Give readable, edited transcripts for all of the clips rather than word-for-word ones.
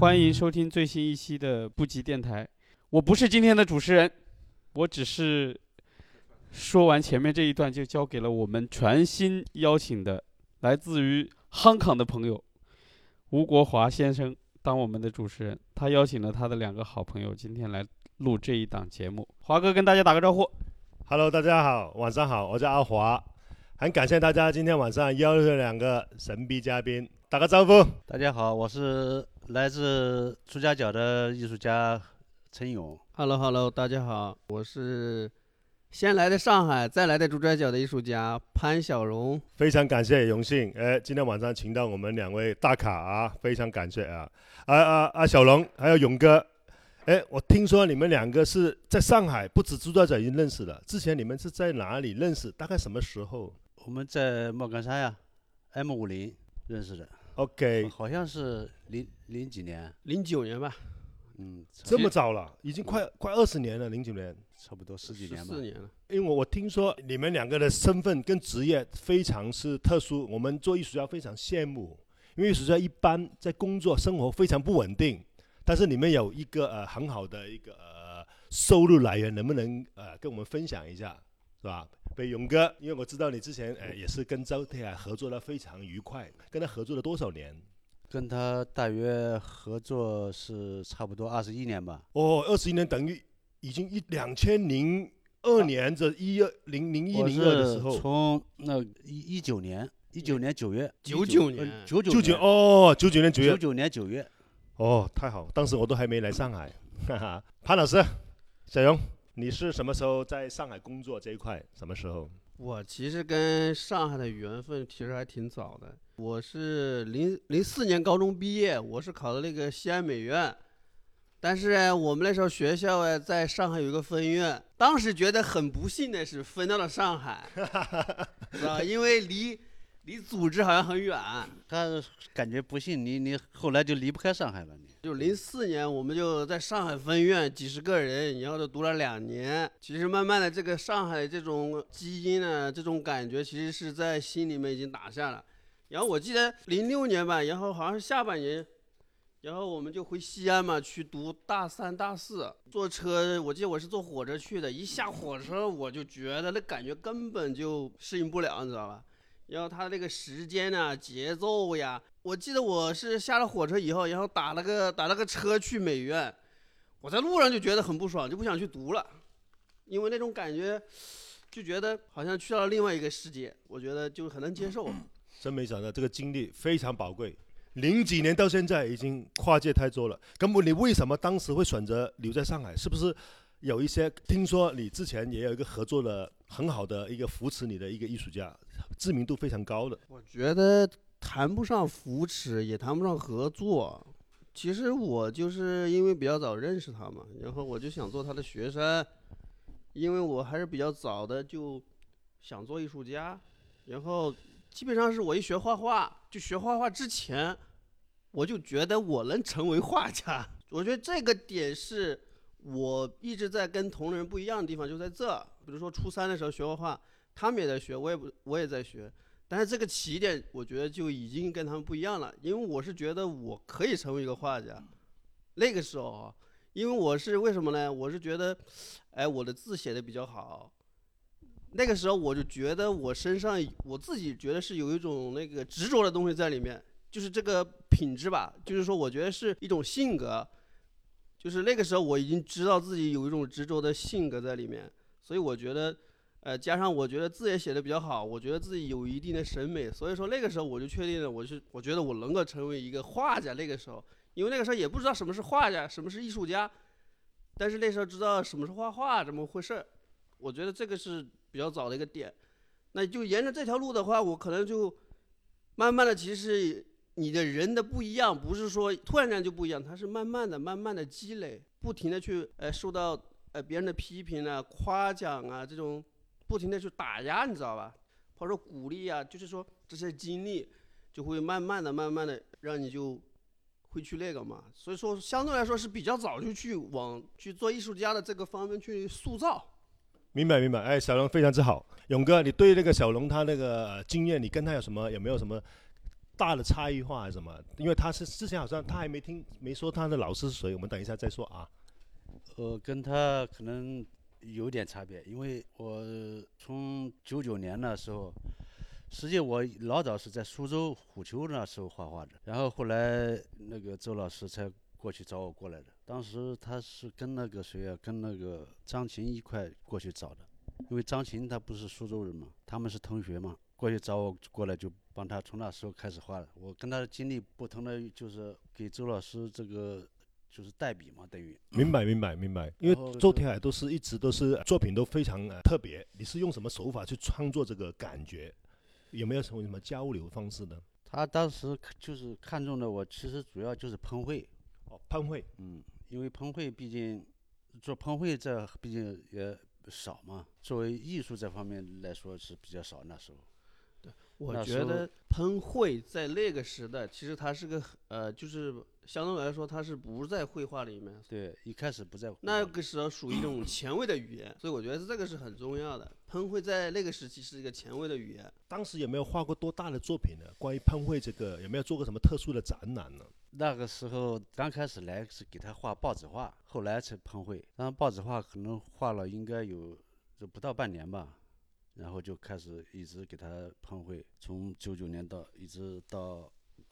欢迎收听最新一期的不羁电台。我不是今天的主持人，我只是说完前面这一段就交给了我们全新邀请的来自于香港的朋友吴国华先生当我们的主持人。他邀请了他的2个好朋友今天来录这一档节目。华哥跟大家打个招呼。 Hello， 大家好，晚上好，我叫阿华，很感谢大家今天晚上邀了2个神秘嘉宾，打个招呼。 大家好，我是来自朱家角的艺术家陈勇。 Hello， 大家好，我是先来的上海，再来的朱家角的艺术家潘小荣。 非常感谢，荣幸，今天晚上请到我们2位大咖啊，非常感谢啊，小龙还有勇哥。我听说你们2个是在上海，不止朱家角已经认识了，之前你们是在哪里认识？大概什么时候？ 我们在莫干山呀 ，M50认识的。 OK， 好像是零几年 ，09年吧。 这么早了，已经快20年了，09年， 差不多10几年吧。 14年了。 因为我听说你们2个的身份跟职业非常是特殊，我们做艺术家非常羡慕，因为艺术家一般在工作生活非常不稳定，但是你们有一个很好的一个收入来源，能不能跟我们分享一下，是吧？被勇哥，因为我知道你之前也是跟周太合作的非常愉快，跟他合作了多少年？ 跟他大约合作是差不多21年吧。 哦，21年等于已经2002年这0102的时候， 从那19年9月 ，99年 ，99年9月 ，99年9月。 哦，太好，当时我都还没来上海。哈哈，潘老师，小荣，你是什么时候在上海工作这一块？什么时候？ 我其实跟上海的缘分其实还挺早的。我是04年高中毕业，我是考的那个西安美院，但是我们那时候学校在上海有一个分院，当时觉得很不幸的是分到了上海，是吧？因为离组织好像很远。 他感觉不幸，你后来就离不开上海了。 就04年我们就在上海分院几十个人，然后就读了2年。其实慢慢的这个上海这种基因呢，这种感觉其实是在心里面已经打下了。然后我记得06年吧，然后好像是下半年，然后我们就回西安嘛，去读大3、大4。坐车，我记得我是坐火车去的，一下火车我就觉得那感觉根本就适应不了，你知道吧？然后他那个时间啊、节奏呀，我记得我是下了火车以后，然后打了个车去美院，我在路上就觉得很不爽，就不想去读了，因为那种感觉就觉得好像去到了另外一个世界，我觉得就很难接受。 真没想到这个经历非常宝贵，0几年到现在已经跨界太多了。根本你为什么当时会选择留在上海？是不是有一些听说你之前也有一个合作的很好的一个扶持你的一个艺术家，知名度非常高的？ 我觉得谈不上扶持，也谈不上合作。其实我就是因为比较早认识他嘛，然后我就想做他的学生，因为我还是比较早的就想做艺术家，然后基本上是我一学画画，就学画画之前，我就觉得我能成为画家。我觉得这个点是我一直在跟同龄人不一样的地方，就在这。比如说初3的时候学画画，他们也在学，我也在学，但是这个起点我觉得就已经跟他们不一样了，因为我是觉得我可以成为一个画家。那个时候啊，因为我是为什么呢？我是觉得，我的字写的比较好。那个时候我就觉得我身上，我自己觉得是有一种那个执着的东西在里面，就是这个品质吧，就是说我觉得是一种性格，就是那个时候我已经知道自己有一种执着的性格在里面，所以我觉得，加上我觉得字也写的比较好，我觉得自己有一定的审美，所以说那个时候我就确定了，我觉得我能够成为一个画家。那个时候，因为那个时候也不知道什么是画家，什么是艺术家，但是那时候知道什么是画画，怎么回事，我觉得这个是比较早的一个点。那就沿着这条路的话，我可能就慢慢的，其实你的人的不一样，不是说突然间就不一样，它是慢慢的积累，不停的去受到别人的批评啊、夸奖啊，这种不停的去打压，你知道吧？或者说鼓励啊，就是说这些经历就会慢慢的让你就会去那个嘛。所以说相对来说是比较早就去做艺术家的这个方面去塑造。 明白，小龙非常之好。勇哥，你对那个小龙他那个经验，你跟他有没有什么大的差异化还是什么？因为他是之前好像他还没说他的老师是谁，我们等一下再说啊。 跟他可能有点差别，因为我从99年的时候，实际我老早是在苏州虎丘那时候画画的，然后后来那个周老师才过去找我过来的。当时他是跟那个谁啊，跟那个张琴一块过去找的，因为张琴他不是苏州人嘛，他们是同学嘛，过去找我过来就帮他从那时候开始画了。我跟他的经历不同的就是给周老师这个就是代笔嘛，等于明白，因为周天海一直都是作品都非常特别。你是用什么手法去创作这个感觉？有没有什么交流方式呢？ 他当时就是看中的我，其实主要就是喷绘。 喷绘， 因为喷绘毕竟做喷绘这毕竟也少嘛，作为艺术这方面来说是比较少那时候。 我觉得喷绘在那个时代，其实它是个就是相对来说它是不在绘画里面。 对，一开始不在。 那个时候属于一种前卫的语言，所以我觉得这个是很重要的。喷绘在那个时期是一个前卫的语言。 当时有没有画过多大的作品呢？关于喷绘这个，有没有做过什么特殊的展览呢？ 那个时候刚开始来是给他画报纸画，后来才喷绘。当然报纸画可能画了应该有就不到半年吧。然后就开始一直给他喷绘，从99年一直到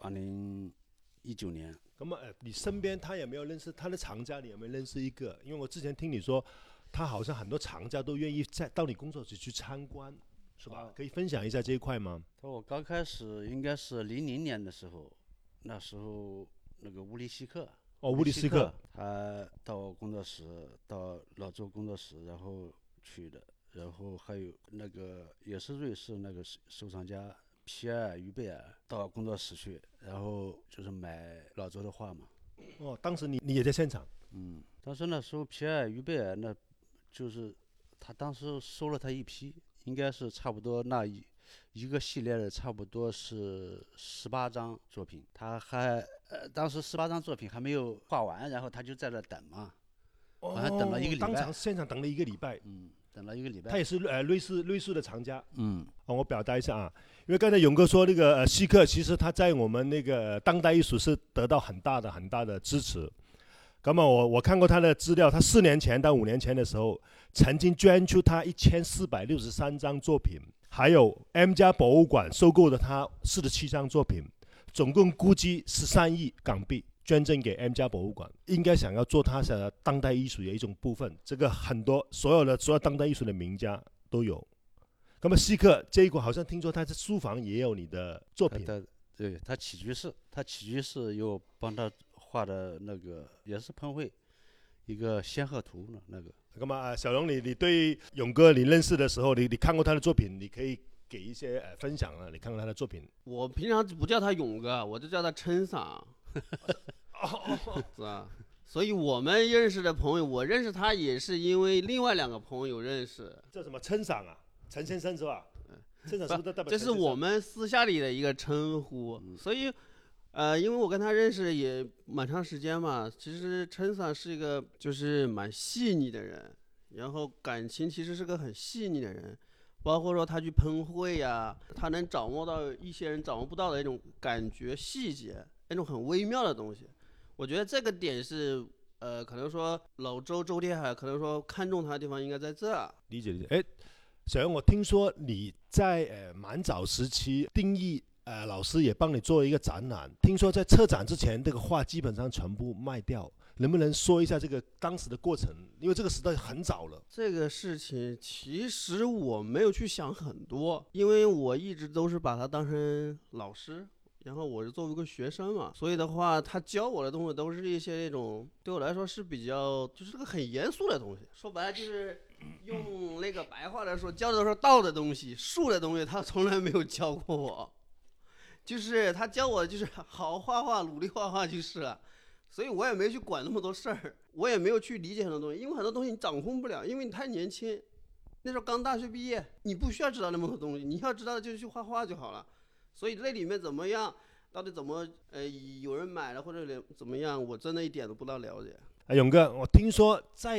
2019年。 那么你身边他有没有认识他的藏家？你有没有认识一个？因为我之前听你说，他好像很多藏家都愿意到你工作室去参观，是吧？可以分享一下这一块吗？ 我刚开始应该是00年的时候，那时候那个乌里希克。 乌里希克， 他到工作室，到老周工作室，然后去的。然后还有那个也是瑞士那个收藏家皮埃尔·于贝尔到工作室去，然后就是买老周的画嘛。 当时你也在现场？ 当时那时候皮埃尔·于贝尔那就是他当时收了他一批，应该是差不多那一个系列的差不多是18张作品，他还当时18张作品还没有画完，然后他就在那等嘛，好像等了1个礼拜， 当场现场等了1个礼拜。 等了1个礼拜。 他也是瑞士的藏家。我表达一下啊，因为刚才勇哥说那个希克，其实他在我们那个当代艺术是得到很大的支持。那么我看过他的资料，他4年前到5年前的时候，曾经捐出他1463张作品，还有 M+ 博物馆收购了他47张作品，总共估计13亿港币。捐赠给 M+ 博物馆，应该想要做他的当代艺术的一种部分。这个所有当代艺术的名家都有。那么希克这一块好像听说他在书房也有你的作品。 对，他起居室有帮他画的那个也是喷绘一个仙鹤图呢那个。 那么小龙，你对勇哥你认识的时候，你看过他的作品，你可以给一些分享啊。你看过他的作品？ 我平常不叫他勇哥，我就叫他琛桑。是吧？所以我们认识的朋友，我认识他也是因为另外2个朋友认识。 叫什么琛桑啊？陈先生是吧？琛桑是不是代表？ 这是我们私下里的一个称呼。所以，因为我跟他认识也蛮长时间嘛，其实琛桑是一个就是蛮细腻的人，然后感情其实是个很细腻的人。包括说他去喷绘呀，他能掌握到一些人掌握不到的一种感觉细节。那种很微妙的东西，我觉得这个点是，可能说老周天海可能说看中他的地方应该在这。 理解。小杨，我听说你在蛮早时期，丁义老师也帮你做一个展览，听说在策展之前，这个画基本上全部卖掉，能不能说一下这个当时的过程？因为这个时代很早了。 这个事情其实我没有去想很多，因为我一直都是把他当成老师。然后我是作为一个学生嘛，所以的话，他教我的东西都是一些那种对我来说是比较就是个很严肃的东西。说白了就是用那个白话来说，教的都是道的东西、术的东西，他从来没有教过我。就是他教我就是好好画画，努力画画就是了。所以我也没去管那么多事儿，我也没有去理解很多东西，因为很多东西你掌控不了，因为你太年轻。那时候刚大学毕业，你不需要知道那么多东西，你要知道的就是去画画就好了。所以那里面怎么样，到底怎么有人买了或者怎么样，我真的一点都不大了解。 勇哥，我听说在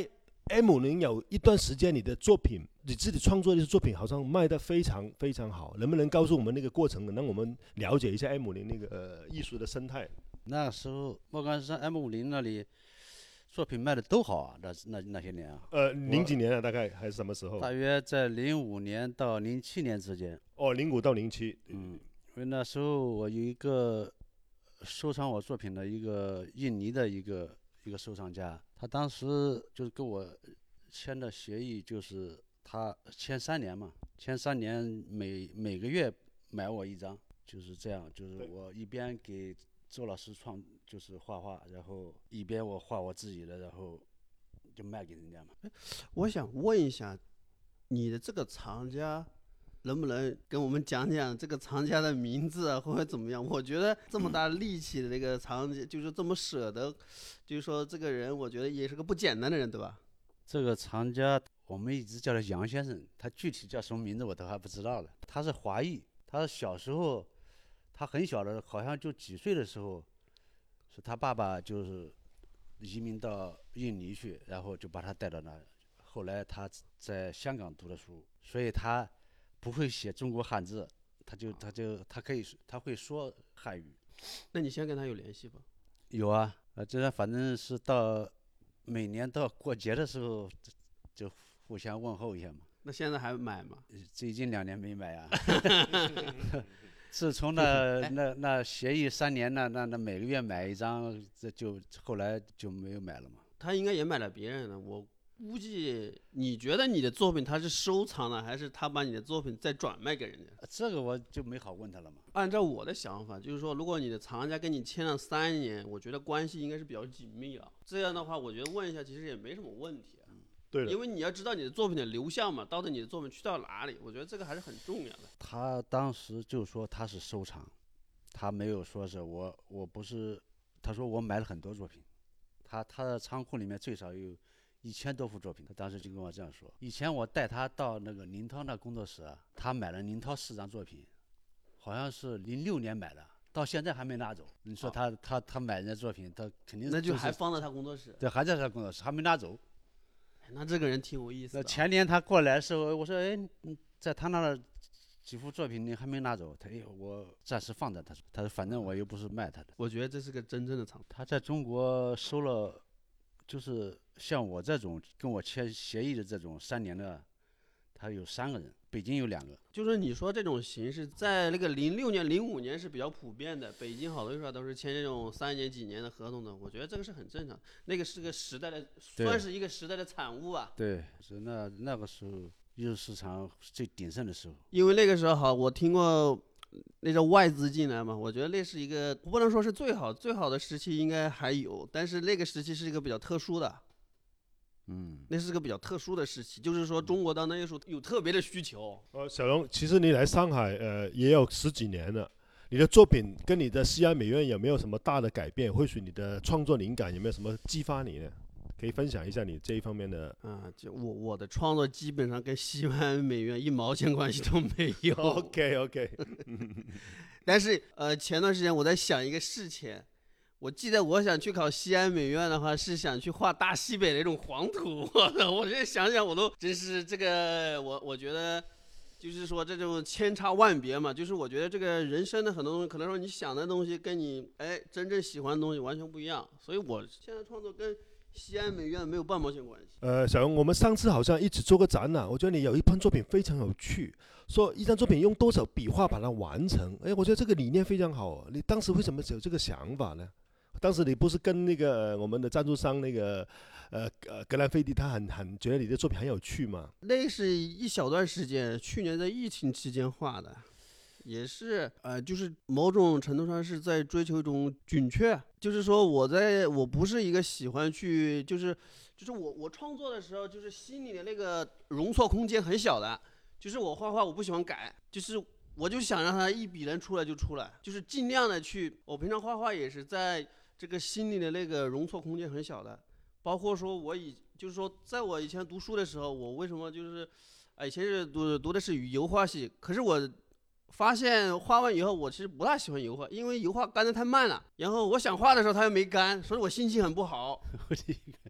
M50有一段时间你的作品，你自己创作的作品好像卖得非常非常好，能不能告诉我们那个过程，让我们了解一下 M50那个艺术的生态？ 那时候莫干山 M50那里作品卖的都好啊，那些年啊。 零几年啊，大概还是什么时候？ 大约在05年到07年之间。 哦，05到07。 因为那时候我有一个收藏我作品的一个印尼的一个收藏家，他当时就是跟我签的协议，就是他签3年嘛，签3年每个月买我一张，就是这样，就是我一边给周老师就是画画，然后一边我画我自己的，然后就卖给人家嘛。 我想问一下，你的这个藏家能不能跟我们讲讲这个藏家的名字啊，或者怎么样？我觉得这么大力气的这个藏家，就是这么舍得，就是说这个人，我觉得也是个不简单的人，对吧？ 这个藏家我们一直叫他杨先生，他具体叫什么名字我都还不知道了。他是华裔，他小时候，他很小的，好像就几岁的时候，是他爸爸就是移民到印尼去，然后就把他带到那。后来他在香港读的书，所以他不会写中国汉字，他会说汉语。 那你现在跟他有联系吧？ 有啊，这反正是到每年到过节的时候就互相问候一下嘛。 那现在还买吗？ 最近2年没买啊。自从那协议3年那每个月买一张，这就后来就没有买了嘛。 他应该也买了别人的，我估计。你觉得你的作品他是收藏了，还是他把你的作品再转卖给人家？ 这个我就没好问他了嘛。 按照我的想法，就是说，如果你的藏家跟你签了3年，我觉得关系应该是比较紧密了。这样的话，我觉得问一下其实也没什么问题啊。 对的， 因为你要知道你的作品的流向嘛，到底你的作品去到哪里，我觉得这个还是很重要的。 他当时就说他是收藏，他没有说是我不是，他说我买了很多作品，他的仓库里面最少有1000多幅作品，他当时就跟我这样说。以前我带他到那个林涛那工作室啊，他买了林涛4张作品，好像是06年买的，到现在还没拿走。你说他买人家作品，他肯定那就还放在他工作室。 对，还在他工作室，还没拿走。 那这个人挺有意思的。 那前年他过来的时候，我说，哎，在他那儿几幅作品你还没拿走？他说我暂时放着。他说反正我又不是卖他的。 我觉得这是个真正的藏家。 他在中国收了，就是像我这种跟我签协议的这种3年的，他有3个人，北京有2个。 就是你说这种形式，在那个06年、05年是比较普遍的，北京好多地方都是签这种3年几年的合同的，我觉得这个是很正常。那个是个时代的，算是一个时代的产物吧。 对，是那个时候艺术市场最鼎盛的时候。 因为那个时候好，我听过那叫外资进来嘛，我觉得那是一个不能说是最好的时期，应该还有，但是那个时期是一个比较特殊的。那是个比较特殊的时期，就是说中国当代艺术有特别的需求。 小龙，其实你来上海也有10几年了，你的作品跟你的西安美院有没有什么大的改变？或许你的创作灵感有没有什么激发你呢？可以分享一下你这一方面的。 就我的创作基本上跟西安美院1毛钱关系都没有。 OK。 但是前段时间我在想一个事情。我记得我想去考西安美院的话，是想去画大西北那种黄土。我现在想想，我都真是这个，我觉得，就是说这种千差万别嘛。就是我觉得这个人生的很多东西，可能说你想的东西跟你真正喜欢的东西完全不一样。所以我现在创作跟西安美院没有半毛钱关系。 小龙，我们上次好像一起做个展览，我觉得你有一篇作品非常有趣，说一张作品用多少笔画把它完成。我觉得这个理念非常好。你当时为什么有这个想法呢？当时你不是跟那个我们的赞助商那个格兰菲迪，他很觉得你的作品很有趣嘛？ 那是一小段时间，去年在疫情期间画的，也是就是某种程度上是在追求一种准确。就是说我不是一个喜欢去就是我创作的时候，就是心里的那个容错空间很小的，就是我画画我不喜欢改，就是我就想让它一笔能出来就出来，就是尽量的去。我平常画画也是在这个心里的那个容错空间很小的。包括说就是说在我以前读书的时候，我为什么就是以前是读的是油画系，可是我发现画完以后我其实不大喜欢油画，因为油画干得太慢了，然后我想画的时候它又没干，所以我心情很不好。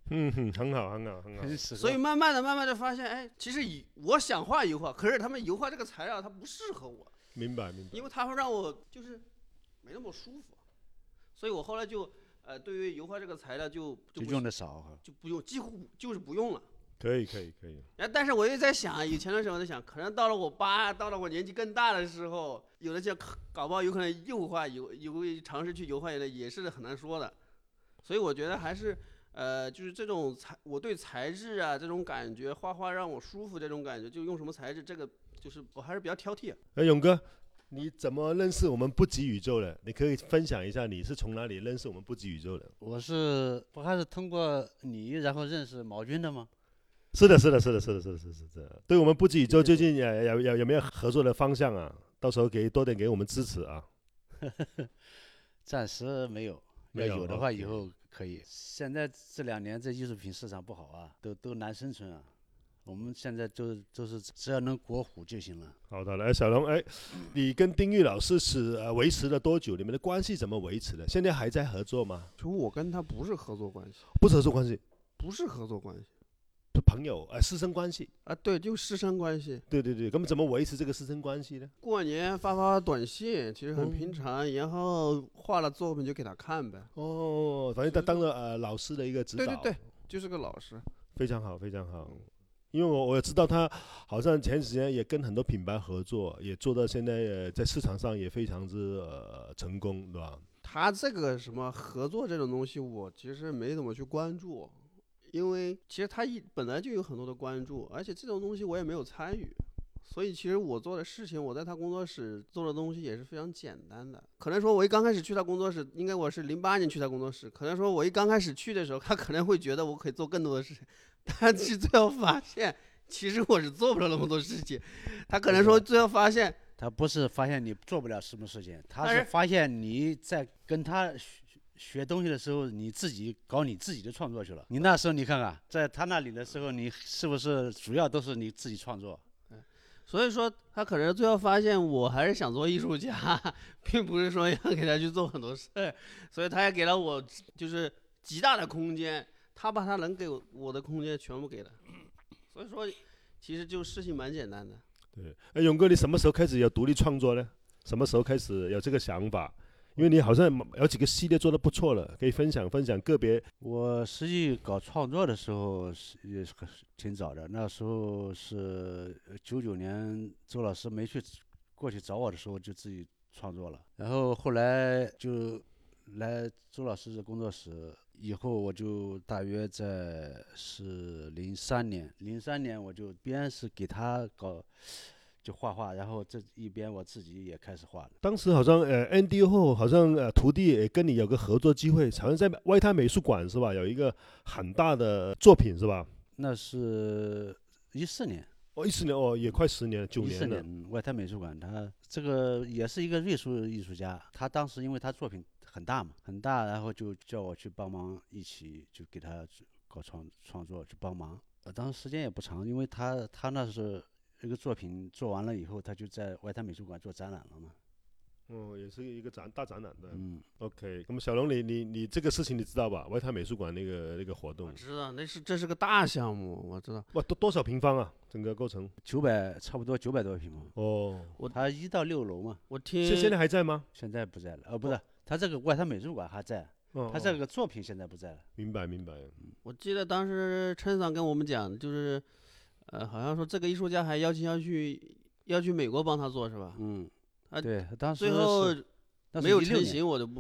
很好，很好，很好。 很适合。 所以慢慢的发现，哎，其实我想画油画，可是他们油画这个材料它不适合我， 明白明白。 因为它会让我就是没那么舒服，所以我后来就对于油画这个材料就用的少哈。 就不用，几乎就是不用了。 可以可以可以。 但是我又在想，以前的时候我在想，可能到了我年纪更大的时候，有的就搞不好有可能又画尝试去油画也是很难说的。所以我觉得还是就是这种我对材质啊这种感觉，画画让我舒服这种感觉，就用什么材质，这个就是我还是比较挑剔。 勇哥，你怎么认识我们不及宇宙的？你可以分享一下你是从哪里认识我们不及宇宙的？ 我还是通过你然后认识毛军的吗？ 是的。对我们不及宇宙最近有没有合作的方向啊？到时候可以多点给我们支持啊。 暂时没有， 没有要有的话以后可以。现在这2年这艺术品市场不好啊，都难生存啊。我们现在就是只要能过虎就行了。 好的，来小龙，你跟丁玉老师是维持了多久？你们的关系怎么维持的？现在还在合作吗？ 就我跟他不是合作关系， 不是合作关系， 不是合作关系， 是朋友师生关系啊，对，就师生关系。 对，那么怎么维持这个师生关系呢？ 过年发短信，其实很平常，然后画了作品就给他看呗。 反正他当了老师的一个指导。 对，就是个老师。 非常好。因为我也知道他好像前几年也跟很多品牌合作，也做到现在在市场上也非常之成功，对吧？ 他这个什么合作这种东西，我其实没怎么去关注，因为其实他本来就有很多的关注，而且这种东西我也没有参与，所以其实我做的事情，我在他工作室做的东西也是非常简单的。可能说我一刚开始去他工作室，应该我是08年去他工作室，可能说我一刚开始去的时候，他可能会觉得我可以做更多的事情，但是最后发现，其实我是做不了那么多事情。他可能说最后发现， 他不是发现你做不了什么事情，他是发现你在跟他学东西的时候，你自己搞你自己的创作去了。你那时候你看看，在他那里的时候，你是不是主要都是你自己创作？ 所以说他可能最后发现我还是想做艺术家，并不是说要给他去做很多事，所以他也给了我就是极大的空间，他把他能给我的空间全部给了。所以说其实就事情蛮简单的。 对，勇哥，你什么时候开始有独立创作呢？什么时候开始有这个想法？因为你好像有几个系列做得不错了，可以分享个别。 我实际搞创作的时候也是挺早的，那时候是99年，周老师没过去找我的时候就自己创作了，然后后来就来周老师的工作室，以后我就大约是03年我就边是给他搞。就画画，然后这一边我自己也开始画了。 当时好像ND 后好像徒弟也跟你有个合作机会，好像在外滩美术馆是吧？有一个很大的作品是吧？ 那是14年。 14年也快10年了，9年了。 14年，外滩美术馆，他这个也是一个艺术家，他当时因为他作品很大，然后就叫我去帮忙，一起就给他搞创作去帮忙。当时时间也不长，因为他那是。这个作品做完了以后，他就在外滩美术馆做展览了嘛。 也是一个大展览的。OK， 那么小龙，你这个事情你知道吧？外滩美术馆那个活动。 我知道，这是个大项目，我知道。 哇，多少平方啊？整个构成差不多900多平方。他1到6楼嘛。 我听现在还在吗？ 现在不在了。不是，他这个外滩美术馆还在。他这个作品现在不在了。 明白。 我记得当时陈桑跟我们讲，就是。好像说这个艺术家还要去美国帮他做是吧？ 对，当时最后没有成型，我是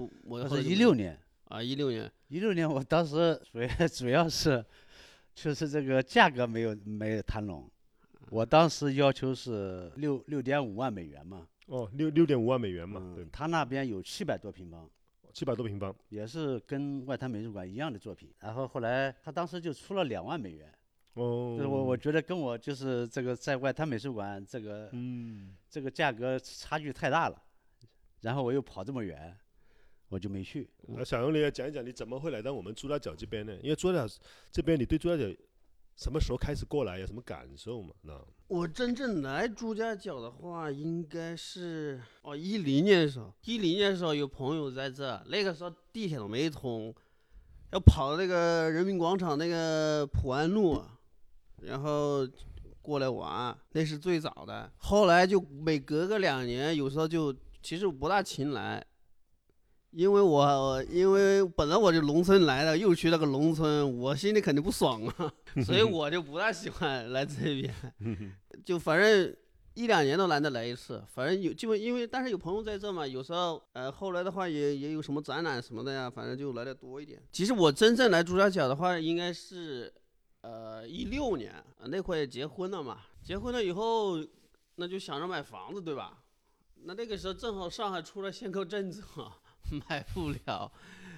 16年啊，16年， 我当时主要是就是这个价格没有谈拢，我当时要求是6.5万美元嘛。 6.5万美元嘛。对， 他那边有700多平方。 700多平方， 也是跟外滩美术馆一样的作品，然后后来他当时就出了2万美元。就是我觉得跟我就是这个在外滩美术馆这个价格差距太大了，然后我又跑这么远，我就没去。 小勇，你要讲一讲你怎么会来到我们朱大角这边呢？因为朱大角这边，你对朱大角什么时候开始过来，有什么感受吗？ 我真正来朱家角的话，应该是10年的时候，有朋友在这，那个时候地铁都没通。 要跑那个人民广场那个普安路，然后过来玩，那是最早的。后来就每隔个2年，有时候就其实不大勤来，因为本来我就农村来的，又去那个农村，我心里肯定不爽啊，所以我就不大喜欢来这边，就反正1、2年都难得来一次，反正有基本因为但是有朋友在这嘛，有时候后来的话也有什么展览什么的呀，反正就来的多一点。其实我真正来朱家角的话，应该是16年，那会结婚了嘛，结婚了以后那就想着买房子对吧？那个时候正好上海出了限购政策，买不了，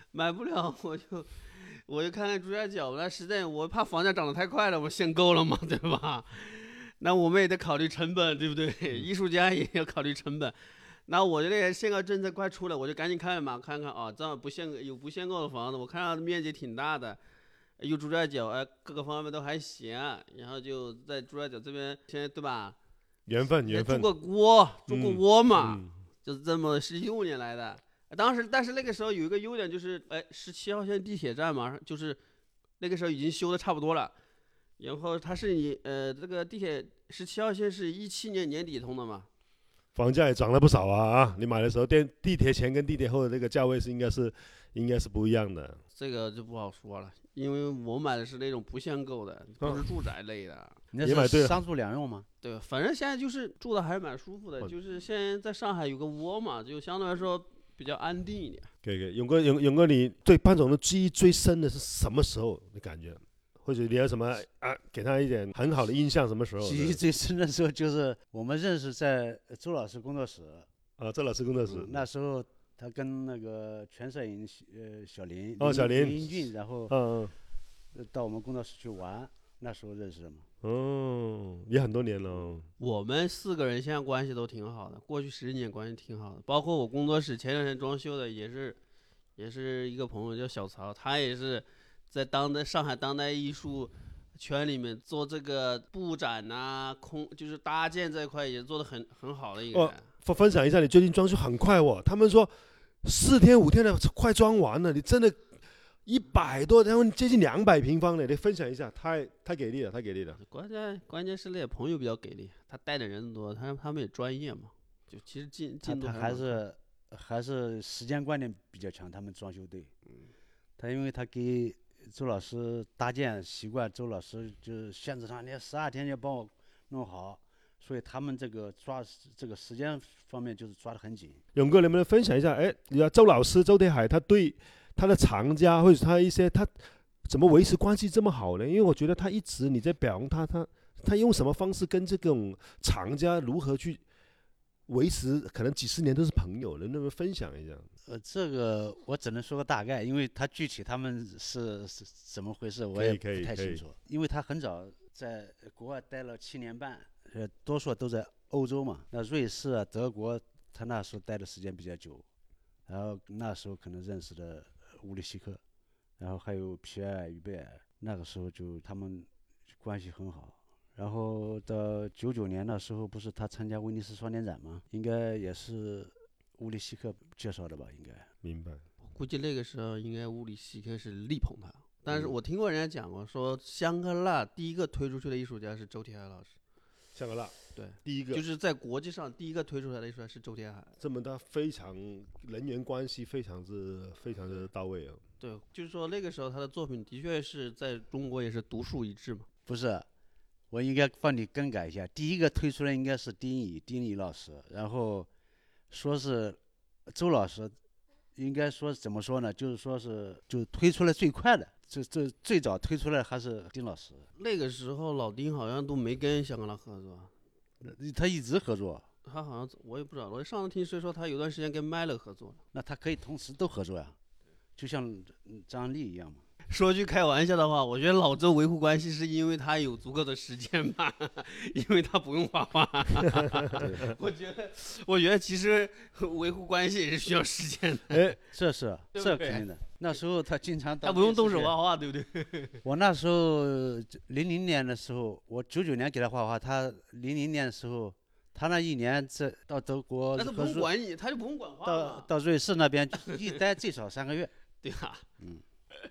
我就看看朱家角，那实在我怕房价涨得太快了，我限购了嘛，对吧？那我们也得考虑成本，对不对？艺术家也要考虑成本。那我这个限购政策快出来，我就赶紧看嘛，看看啊，这样不限购的房子，我看到面积挺大的，有朱家角，各个方面都还行，然后就在朱家角这边，现在对吧？ 缘分。 住过窝嘛，就是这么16年来的。但是那个时候有一个优点就是，17号线地铁站嘛，就是那个时候已经修的差不多了。然后它是这个地铁17号线是17年年底通的嘛， 房价也涨了不少啊！你买的时候地铁前跟地铁后的这个价位应该是不一样的。 这个就不好说了，因为我买的是那种不限购的，不是住宅类的。 你那是商住两用吗？ 对，反正现在就是住的还是蛮舒服的，就是现在在上海有个窝嘛，就相对来说比较安定一点。 可以，勇哥，你对潘总的记忆最深的是什么时候？你感觉？或者你有什么给他一点很好的印象？什么时候？ 记忆最深的时候就是我们认识在周老师工作室。 周老师工作室。 那时候他跟那个全摄影小林英俊，然后到我们工作室去玩，那时候认识的嘛。 也很多年了。 我们4个人现在关系都挺好的，过去10年关系挺好的，包括我工作室前2天装修的也是一个朋友叫小曹，他也是在上海当代艺术圈里面做这个布展啊，就是搭建这一块也做得很好的一个人。 分享一下，你最近装修很快哦，他们说4天5天的快装完了，你真的100多，然后接近200平方的，你分享一下，太给力了，太给力了。 关键是那些朋友比较给力，他带的人多，他们也专业嘛，就其实进度还是时间观念比较强，他们装修队。他因为他给周老师搭建习惯，周老师就是限制上，你12天就帮我弄好，所以他们这个抓这个时间方面就是抓得很紧。 勇哥，能不能分享一下？你要周老师周铁海，他对他的藏家或者他一些他怎么维持关系这么好呢？因为我觉得他一直你在表扬他用什么方式跟这种藏家如何去维持，可能几十年都是朋友，能不能分享一下？ 这个我只能说个大概，因为他具体他们是怎么回事，我也不太清楚。因为他很早在国外待了7年半，多数都在欧洲嘛。那瑞士啊、德国，他那时候待的时间比较久，然后那时候可能认识的乌里希克，然后还有皮埃尔于贝尔，那个时候就他们关系很好。然后到99年的时候，不是他参加威尼斯双年展吗？应该也是乌里希克介绍的吧？应该。 明白。 估计那个时候应该乌里希克是力捧他，但是我听过人家讲过，说香格蜡第一个推出去的艺术家是周铁海老师。 香格蜡对， 第一个就是在国际上第一个推出来的艺术家是周铁海。 这么他非常人员关系非常之到位啊。 对，就是说那个时候他的作品的确是在中国也是独树一帜嘛。 不是。我应该帮你更改一下，第一个推出来应该是丁仪老师，然后说是周老师，应该说怎么说呢？就是说是就推出来最快的，这最早推出来还是丁老师。 那个时候老丁好像都没跟香格蜡合作， 他一直合作。 他好像我也不知道，我上次听谁说他有段时间跟麦乐合作。 那他可以同时都合作呀，就像张力一样嘛。 说句开玩笑的话，我觉得老周维护关系是因为他有足够的时间吧，因为他不用画画。我觉得其实维护关系也是需要时间的。 这肯定的。那时候他经常他不用动手画画，对不对？ 我那时候00年的时候，我99年给他画画，他00年的时候，他那1年到德国， 那他不用管你，他就不用管画了。 到瑞士那边一待最少3个月。 对啊。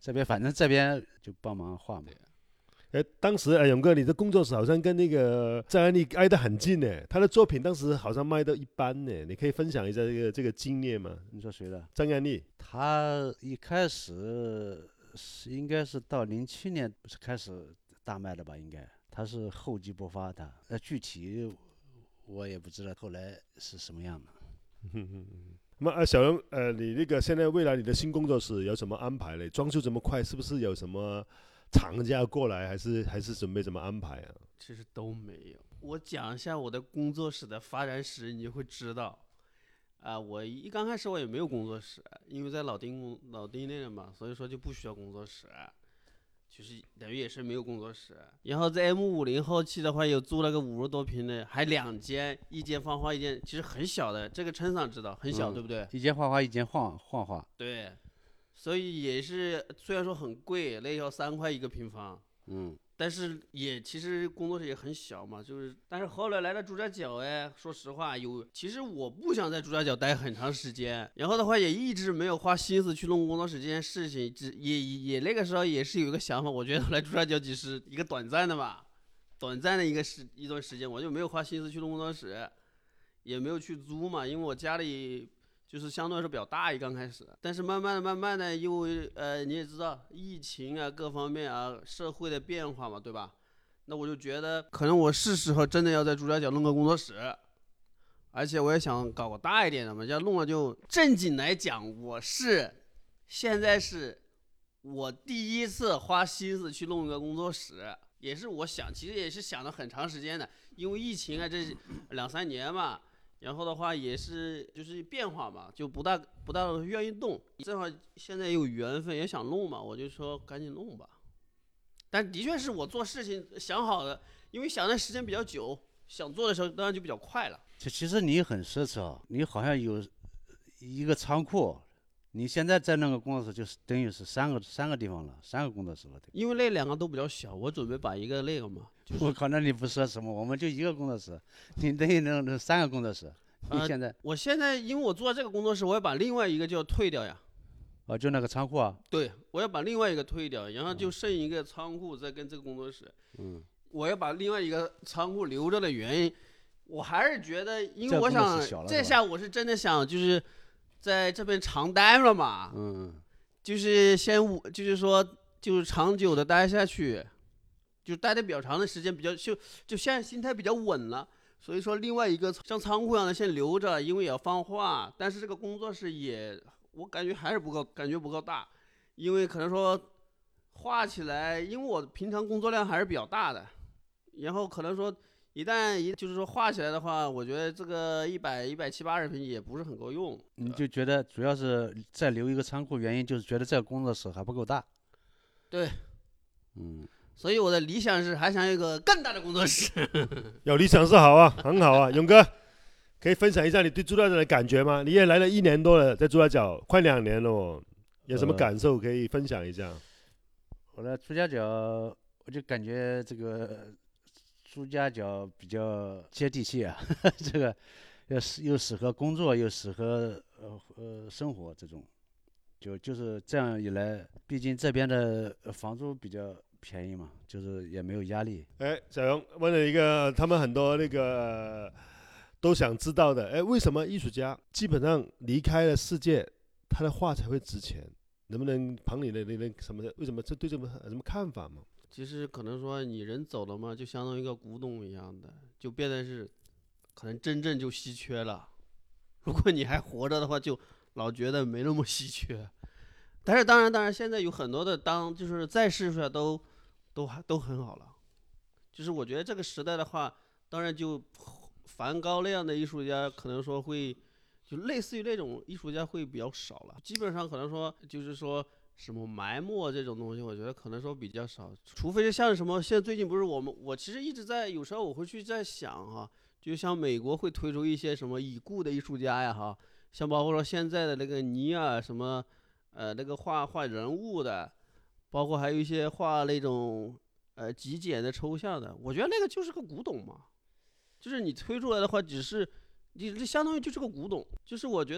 这边反正这边就帮忙画嘛。 当时勇哥，你的工作室好像跟那个张安丽挨得很近呢，他的作品当时好像卖到一般呢，你可以分享一下这个经验吗？ 你说谁的？ 张安丽， 他一开始应该是到07年是开始大卖的吧？应该他是厚积薄发的，具体我也不知道后来是什么样的。 那么小荣，你那个现在未来你的新工作室有什么安排嘞？装修这么快，是不是有什么厂家过来，还是准备怎么安排啊？ 其实都没有。我讲一下我的工作室的发展史，你就会知道。我刚开始我也没有工作室，因为在老丁那里嘛，所以说就不需要工作室，就是等于也是没有工作室。然后在 M50后期的话，有租了个50多平的，还2间，一间放画，一间其实很小的，这个陈桑知道，很小，对不对？ 一间画画，一间晃画。 对，所以也是虽然说很贵，那要3块1个平方。但是也其实工作室也很小嘛，但是后来来到朱家角，说实话其实我不想在朱家角待很长时间，然后的话也一直没有花心思去弄工作室这件事情，也那个时候也是有一个想法，我觉得来朱家角只是一个短暂的一段时间，我就没有花心思去弄工作室，也没有去租嘛，因为我家里就是相对来说比较大刚开始，但是慢慢的又你也知道疫情啊各方面啊社会的变化嘛，对吧？那我就觉得可能我是时候真的要在朱家角弄个工作室，而且我也想搞个大一点的嘛，要弄了就正经来讲，现在是我第一次花心思去弄一个工作室，也是其实也是想了很长时间的，因为疫情啊这2-3年嘛。然后的话也是就是变化嘛，就不大愿意动，正好现在有缘分也想弄嘛，我就说赶紧弄吧。但的确是我做事情想好的，因为想的时间比较久，想做的时候当然就比较快了。 其实你很奢侈啊，你好像有一个仓库，你现在在那个工作室就是等于是三个地方了，3个工作室了。 因为那2个都比较小，我准备把一个那个嘛。 我靠，那你不奢侈吗？我们就1个工作室，你等于那3个工作室。 我现在因为我做这个工作室，我要把另外一个就要退掉呀。 就那个仓库啊。 对，我要把另外一个退掉，然后就剩一个仓库再跟这个工作室。我要把另外一个仓库留着的原因，我还是觉得，因为我想这下我是真的想就是在这边长待了嘛。就是就是说就是长久的待下去。就待的比较长的时间，就现在心态比较稳了，所以说另外一个像仓库一样的先留着，因为也要放画，但是这个工作室我感觉还是不够大，因为可能说画起来，因为我平常工作量还是比较大的，然后可能说就是说画起来的话，我觉得这个170-180平也不是很够用。 你就觉得主要是再留一个仓库，原因就是觉得这个工作室还不够大。 对。所以我的理想是还想有一个更大的工作室。 有理想是好啊，很好啊。勇哥，可以分享一下你对朱家角的感觉吗？你也来了1年多了，在朱家角快2年了哦，有什么感受可以分享一下？ 我来朱家角，我就感觉这个朱家角比较接地气啊，这个又适合工作，又适合生活，这种就是这样一来，毕竟这边的房租比较便宜嘛，就是也没有压力。 小荣问了一个他们很多那个都想知道的，为什么艺术家基本上离开了世界，他的画才会值钱？能不能旁你的什么的？为什么对这么什么看法吗？ 其实可能说你人走了嘛，就相当于一个古董一样的，就变得是可能真正就稀缺了。如果你还活着的话，就老觉得没那么稀缺。但是当然，现在有很多的就是在世上都很好了。就是我觉得这个时代的话，当然就梵高那样的艺术家，可能说会就类似于那种艺术家会比较少了。基本上可能说就是说什么埋没这种东西，我觉得可能说比较少。除非是像什么，现在最近不是我其实一直有时候我会去在想哈，就像美国会推出一些什么已故的艺术家呀哈，像包括说现在的那个尼尔什么。那个画人物的，包括还有一些画那种极简的抽象的，我觉得那个就是个古董嘛，就是你推出来的话，只是你相当于就是个古董，就是我觉得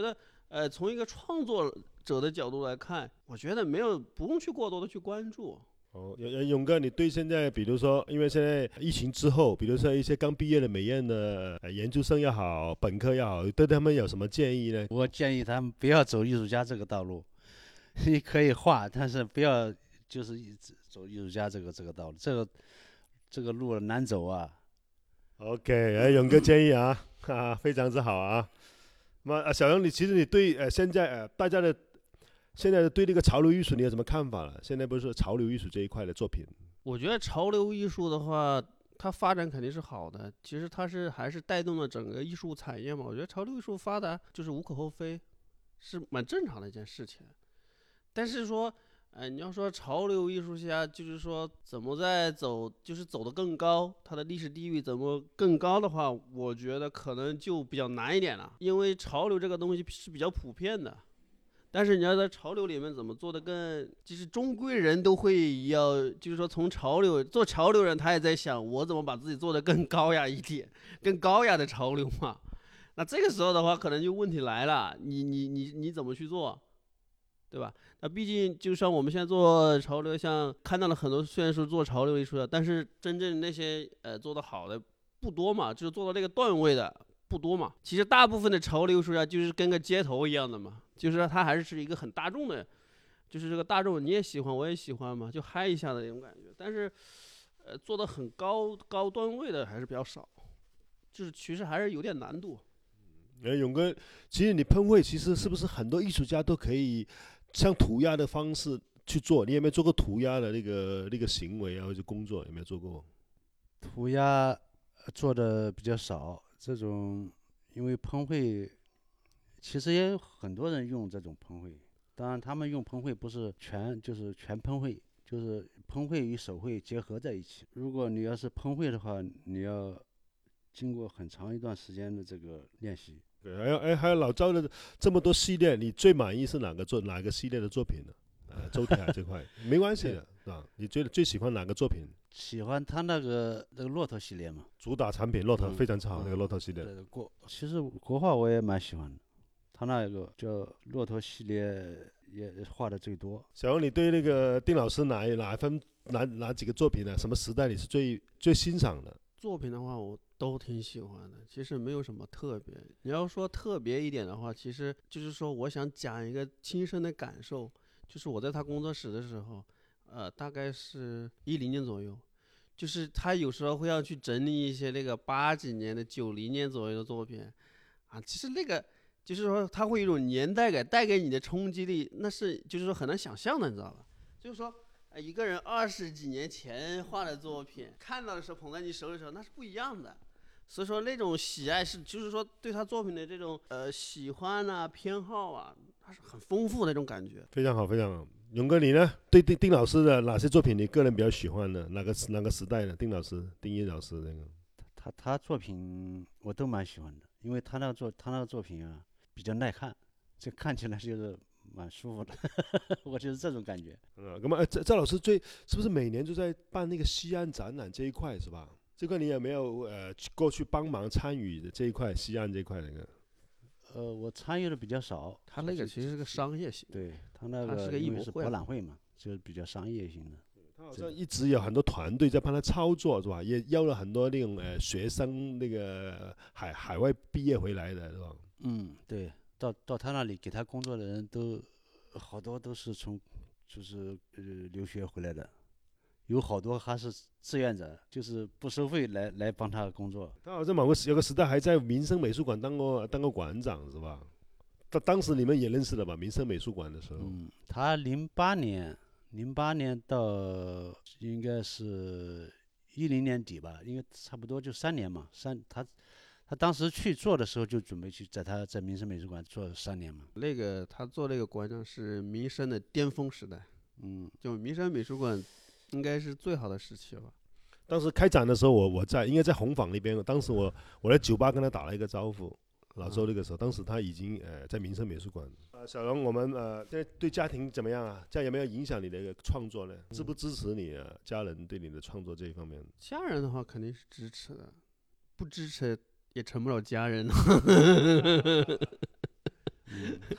从一个创作者的角度来看，我觉得不用去过多的去关注。 哦，勇哥，你对现在比如说，因为现在疫情之后，比如说一些刚毕业的美院的研究生也好，本科也好，对他们有什么建议呢？ 我建议他们不要走艺术家这个道路，你可以画，但是不要就是一直走艺术家这个道路，这个路难走啊。 OK， 勇哥建议啊，非常之好啊。那么小杨，其实你对现在大家的现在对这个潮流艺术你有什么看法了？现在不是潮流艺术这一块的作品？ 我觉得潮流艺术的话，它发展肯定是好的。其实它还是带动了整个艺术产业嘛。我觉得潮流艺术发达就是无可厚非，是蛮正常的一件事情。但是说，你要说潮流艺术家，就是说怎么在走，就是走得更高，它的历史地位怎么更高的话，我觉得可能就比较难一点了。因为潮流这个东西是比较普遍的。但是你要在潮流里面怎么做的更，就是终归人都会就是说从做潮流人，他也在想我怎么把自己做得更高雅一点，更高雅的潮流嘛。那这个时候的话，可能就问题来了，你怎么去做，对吧？那毕竟就像我们现在做潮流，像看到了很多虽然说做潮流艺术的，但是真正那些做得好的不多嘛，就是做到这个段位的不多嘛。其实大部分的潮流艺术家就是跟个街头一样的嘛。就是它还是一个很大众的，就是这个大众你也喜欢我也喜欢嘛，就嗨一下的那种感觉。但是，做的很高段位的还是比较少，就是其实还是有点难度。 勇哥，其实你喷绘其实是不是很多艺术家都可以像涂鸦的方式去做？你有没有做过涂鸦的那个行为啊，或者工作有没有做过？ 涂鸦做的比较少，这种因为喷绘。其实也有很多人用这种喷绘，当然他们用喷绘不是就是全喷绘，就是喷绘与手绘结合在一起。如果你要是喷绘的话，你要经过很长一段时间的这个练习。 对，还有老赵的这么多系列，你最满意是哪个系列的作品呢？周铁海这块没关系的，是吧？你最喜欢哪个作品？ 喜欢他那个骆驼系列嘛， 主打产品骆驼非常之好，那个骆驼系列。 其实国画我也蛮喜欢的。他那个叫骆驼系列也画的最多。 小杨，你对那个丁老师哪几个作品呢？什么时代你是最欣赏的？ 作品的话，我都挺喜欢的，其实没有什么特别。你要说特别一点的话，其实就是说我想讲一个亲身的感受，就是我在他工作室的时候，大概是10年左右，就是他有时候会要去整理一些那个80几年的90年左右的作品，其实那个。就是说，它会有一种年代感，带给你的冲击力，那是就是说很难想象的，你知道吧？就是说，一个人20几年前画的作品，看到的时候捧在你手里的时候，那是不一样的。所以说，那种喜爱就是说对他作品的这种喜欢啊、偏好啊，它是很丰富的那种感觉。 非常好，非常好。勇哥，你呢？对丁老师的哪些作品你个人比较喜欢的？哪个时代的？丁一老师那个？ 他作品我都蛮喜欢的，因为他那个作品啊。比较耐看，这看起来就是蛮舒服的，我就是这种感觉。 那么赵老师是不是每年都在办那个西安展览这一块是吧？这块你有没有过去帮忙参与的这一块西安这一块那个？ 我参与的比较少。 他那个其实是个商业性， 对他那个是个艺博会博览会嘛，就是比较商业性的。 他好像一直有很多团队在帮他操作是吧？也邀了很多那种学生那个海外毕业回来的是吧？ 对，到他那里给他工作的人都好多都是从就是留学回来的，有好多还是志愿者，就是不收费来帮他工作。 他好像有个时代还在民生美术馆当过馆长是吧？当时你们也认识了吧？民生美术馆的时候， 他08年到应该是10年底吧，因为差不多就3年嘛，他当时去做的时候就准备去在民生美术馆做3年嘛。 那个他做那个馆长是民生的巅峰时代，就民生美术馆应该是最好的时期了。 当时开展的时候我应该在红坊那边，当时我在酒吧跟他打了一个招呼，老周那个时候，当时他已经在民生美术馆。小龙，我们现在对家庭怎么样啊？这样有没有影响你的一个创作呢？支不支持你家人对你的创作这一方面？ 家人的话肯定是支持的，不支持也成不了家人。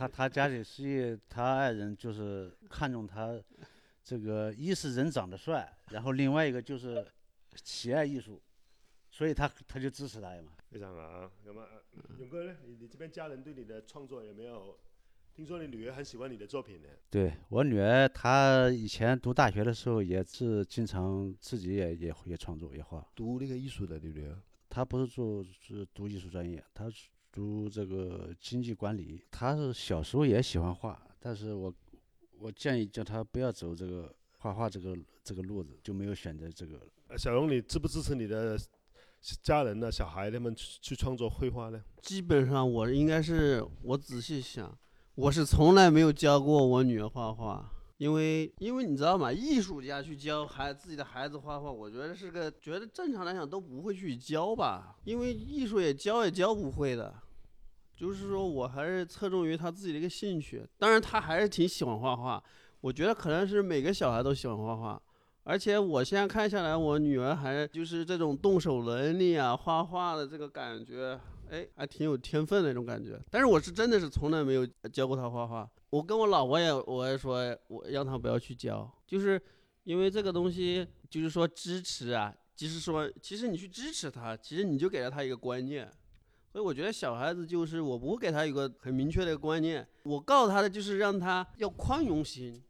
他家里实际他爱人就是看中他这个，一是人长得帅，然后另外一个就是喜爱艺术，所以他就支持他嘛。 非常好啊。那么，勇哥呢？你这边家人对你的创作有没有？听说你女儿很喜欢你的作品呢。 对，我女儿，她以前读大学的时候也是经常自己也创作也画。 读那个艺术的，你女儿？ 她不是读艺术专业，她是读这个经济管理。她是小时候也喜欢画，但是我建议叫她不要走这个画画这个路子，就没有选择这个。 小荣，你支不支持你的家人呢、小孩他们去创作绘画呢？ 基本上我应该是，我仔细想，我是从来没有教过我女儿画画，因为你知道吗？艺术家去教自己的孩子画画，我觉得觉得正常来讲都不会去教吧，因为艺术也教不会的。就是说我还是侧重于他自己的一个兴趣，当然他还是挺喜欢画画，我觉得可能是每个小孩都喜欢画画。而且我现在看下来，我女儿还就是这种动手能力啊，画画的这个感觉，哎，还挺有天分的那种感觉。但是我是真的是从来没有教过她画画。我跟我老婆我也说，我让她不要去教，就是因为这个东西，就是说支持啊，就是说，其实你去支持她，其实你就给了她一个观念。所以我觉得小孩子就是我不会给他一个很明确的观念，我告诉他的就是让他要宽容心，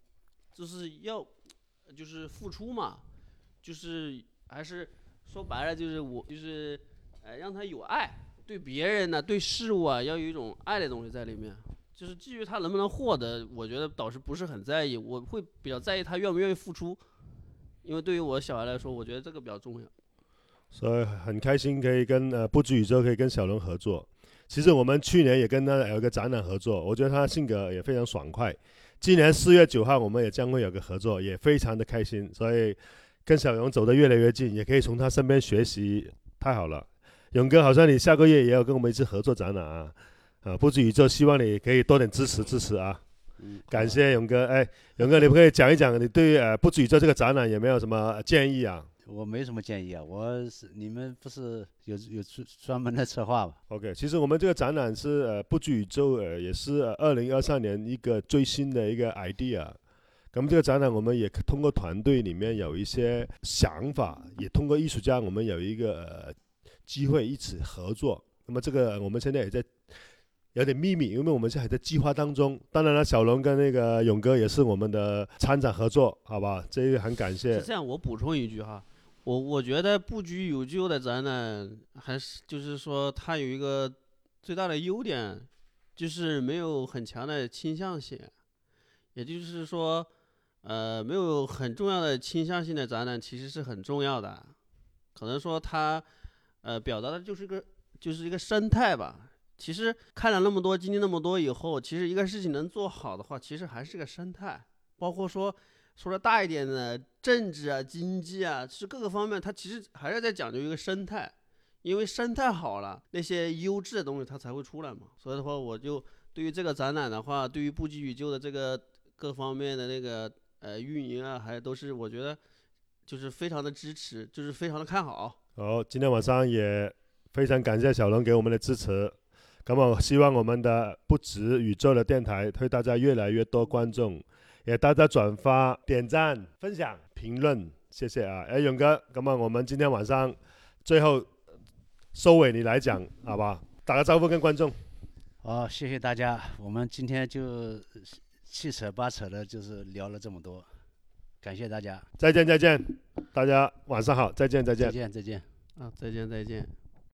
就是付出嘛，就是还是说白了就是让他有爱，对别人呢、对事物啊要有一种爱的东西在里面。就是至于他能不能获得，我觉得倒是不是很在意，我会比较在意他愿不愿意付出，因为对于我小孩来说，我觉得这个比较重要。 所以很开心可以跟不止宇宙可以跟小龙合作。其实我们去年也跟他有一个展览合作，我觉得他性格也非常爽快。今年4月9号我们也将会有个合作，也非常的开心。所以跟小龙走得越来越近，也可以从他身边学习，太好了。勇哥，好像你下个月也有跟我们一起合作展览啊。不止宇宙希望你可以多点支持啊。感谢勇哥。哎，勇哥，你不可以讲一讲你对不止宇宙这个展览有没有什么建议啊？ 我没什么建议啊，你们不是有专门的策划吗 ？OK， 其实我们这个展览是不止宇宙也是2023年一个最新的一个 idea。那么这个展览我们也通过团队里面有一些想法，也通过艺术家我们有一个机会一起合作。那么这个我们现在也在有点秘密，因为我们现在还在计划当中。当然了，小龙跟那个勇哥也是我们的参展合作，好吧？这个很感谢。 是这样，我补充一句哈。我觉得不拘有救的展览，还是就是说它有一个最大的优点，就是没有很强的倾向性，也就是说，没有很重要的倾向性的展览其实是很重要的。可能说它，表达的就是一个生态吧。其实看了那么多，经历那么多以后，其实一个事情能做好的话，其实还是个生态，包括说的大一点的政治啊、经济啊，是各个方面，它其实还是在讲究一个生态，因为生态好了，那些优质的东西它才会出来嘛。所以的话，我就对于这个展览的话，对于不羁宇宙的这个各方面的那个运营啊，还都是我觉得就是非常的支持，就是非常的看好。 好，今天晚上也非常感谢小龙给我们的支持。那么希望我们的不止宇宙的电台会大家越来越多观众。也大家转发、点赞、分享、评论，谢谢啊！哎，勇哥，那么我们今天晚上最后收尾，你来讲好吧？打个招呼跟观众。 好，谢谢大家。我们今天就七扯八扯的，就是聊了这么多，感谢大家。 再见，大家晚上好，再见。 再见。 啊，再见。